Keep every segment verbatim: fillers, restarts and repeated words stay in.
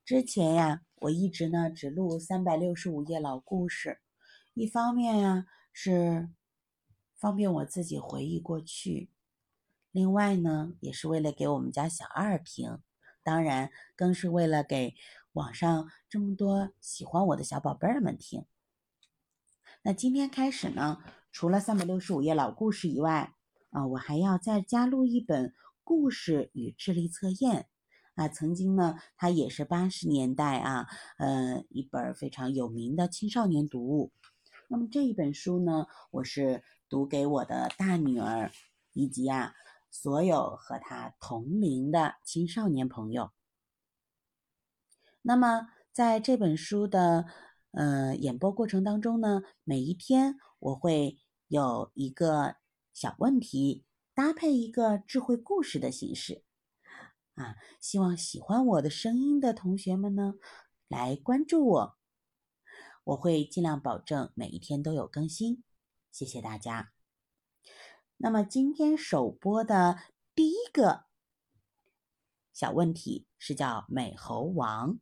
之前呀，我一直呢只录三百六十五页老故事，一方面呀是方便我自己回忆过去，另外呢也是为了给我们家小二听，当然更是为了给网上这么多喜欢我的小宝贝儿们听。那今天开始呢，除了三百六十五页老故事以外，啊，我还要再加入一本故事与智力测验。啊，曾经呢，它也是八十年代啊，呃，一本非常有名的青少年读物。那么这一本书呢，我是读给我的大女儿，以及啊所有和她同龄的青少年朋友。那么在这本书的呃演播过程当中呢，每一天我会有一个小问题，搭配一个智慧故事的形式。啊，希望喜欢我的声音的同学们呢，来关注我，我会尽量保证每一天都有更新，谢谢大家。那么今天首播的第一个小问题是叫美猴王。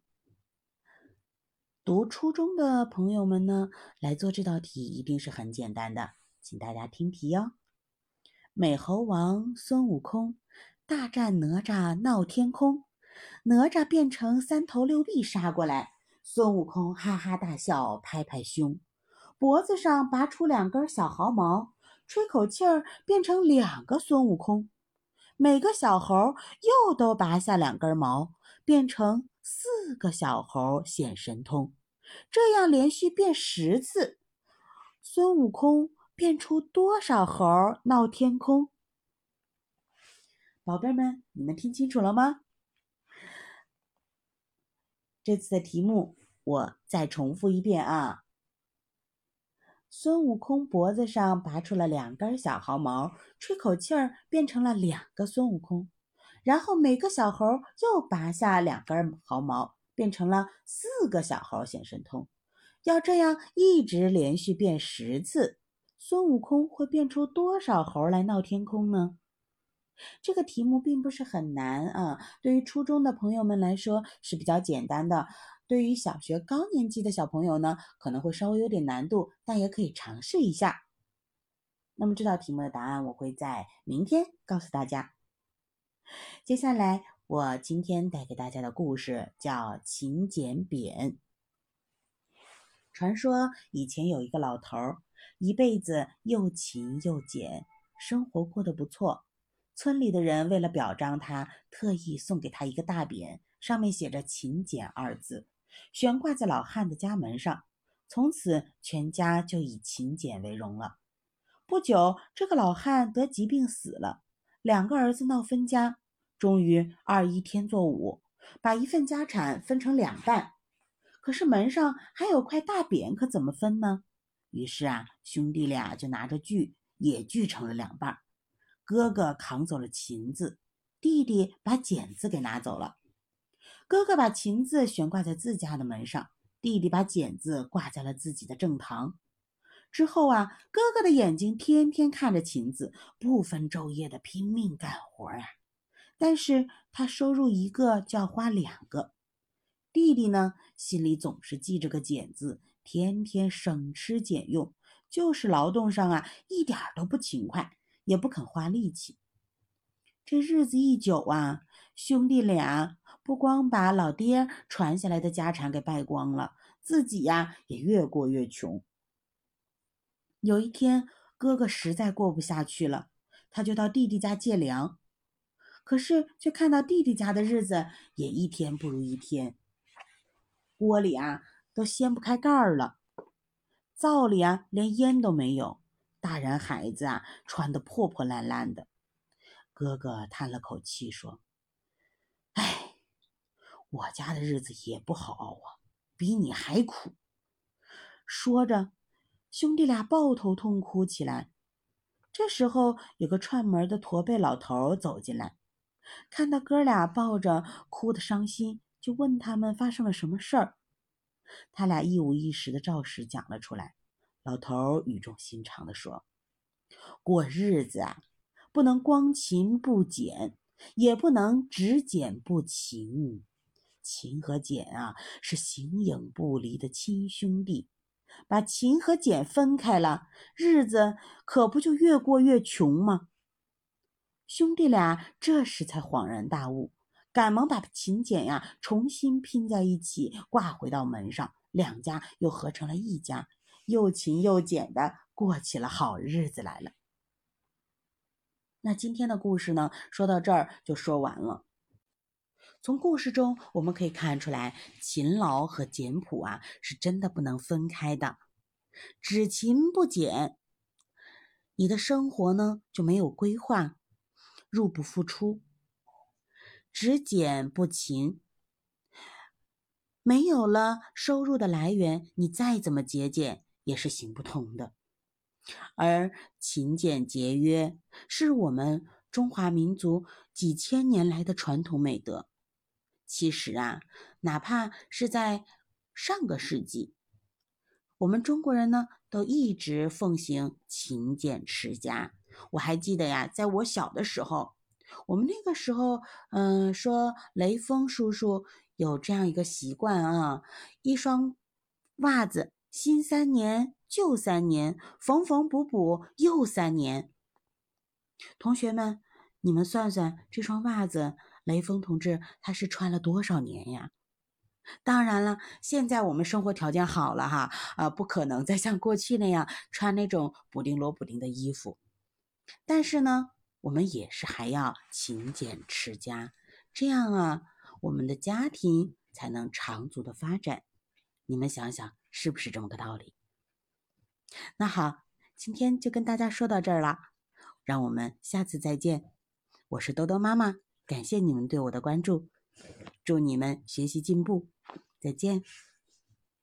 读初中的朋友们呢，来做这道题一定是很简单的，请大家听题哦。美猴王孙悟空大战哪吒闹天空，哪吒变成三头六臂杀过来，孙悟空哈哈大笑，拍拍胸，脖子上拔出两根小毫毛，吹口气儿变成两个孙悟空。每个小猴又都拔下两根毛，变成四个小猴显神通。这样连续变十次，孙悟空变出多少猴闹天空？宝贝们，你们听清楚了吗？这次的题目我再重复一遍啊。孙悟空脖子上拔出了两根小毫毛，吹口气儿变成了两个孙悟空。然后每个小猴又拔下两根毫毛，变成了四个小猴显神通。要这样一直连续变十次，孙悟空会变出多少猴来闹天空呢？这个题目并不是很难啊，对于初中的朋友们来说是比较简单的，对于小学高年级的小朋友呢，可能会稍微有点难度，但也可以尝试一下。那么这道题目的答案我会在明天告诉大家。接下来我今天带给大家的故事叫勤俭扁。传说以前有一个老头，一辈子又勤又俭，生活过得不错。村里的人为了表彰他，特意送给他一个大匾，上面写着勤俭二字，悬挂在老汉的家门上。从此全家就以勤俭为荣了。不久，这个老汉得疾病死了，两个儿子闹分家，终于二一添作五，把一份家产分成两半。可是门上还有块大匾，可怎么分呢？于是啊，兄弟俩就拿着锯也锯成了两半。哥哥扛走了琴字，弟弟把剪子给拿走了。哥哥把琴字悬挂在自家的门上，弟弟把剪子挂在了自己的正堂。之后啊，哥哥的眼睛天天看着琴子，不分昼夜的拼命干活啊。但是他收入一个就要花两个。弟弟呢，心里总是记着个俭字，天天省吃俭用，就是劳动上啊一点都不勤快，也不肯花力气。这日子一久啊，兄弟俩不光把老爹传下来的家产给败光了，自己呀也越过越穷。有一天，哥哥实在过不下去了，他就到弟弟家借粮，可是却看到弟弟家的日子也一天不如一天。锅里啊都掀不开盖儿了，灶里啊连烟都没有，大人孩子啊穿得破破烂烂的。哥哥叹了口气说：哎，我家的日子也不好熬啊，比你还苦。说着，兄弟俩抱头痛哭起来。这时候有个串门的驼背老头走进来，看到哥俩抱着哭得伤心，就问他们发生了什么事儿。他俩一五一十的照实讲了出来。老头语重心长地说：过日子啊，不能光勤不俭，也不能只俭不勤。 勤和俭啊是形影不离的亲兄弟，把勤和俭分开了，日子可不就越过越穷吗？兄弟俩这时才恍然大悟，赶忙把勤俭呀重新拼在一起，挂回到门上，两家又合成了一家，又勤又俭的过起了好日子来了。那今天的故事呢，说到这儿就说完了。从故事中我们可以看出来，勤劳和简朴啊是真的不能分开的。只勤不俭，你的生活呢就没有规划，入不敷出；只俭不勤，没有了收入的来源，你再怎么节俭也是行不通的。而勤俭节约是我们中华民族几千年来的传统美德。其实啊，哪怕是在上个世纪，我们中国人呢都一直奉行勤俭持家。我还记得呀，在我小的时候，我们那个时候，嗯，说雷锋叔叔有这样一个习惯啊，一双袜子新三年旧三年，缝缝补补又三年。同学们，你们算算这双袜子，雷锋同志他是穿了多少年呀？当然了，现在我们生活条件好了哈，呃，不可能再像过去那样穿那种补丁摞补丁的衣服。但是呢，我们也是还要勤俭持家，这样啊，我们的家庭才能长足的发展。你们想想，是不是这么个道理？那好，今天就跟大家说到这儿了，让我们下次再见。我是兜兜妈妈，感谢你们对我的关注，祝你们学习进步，再见。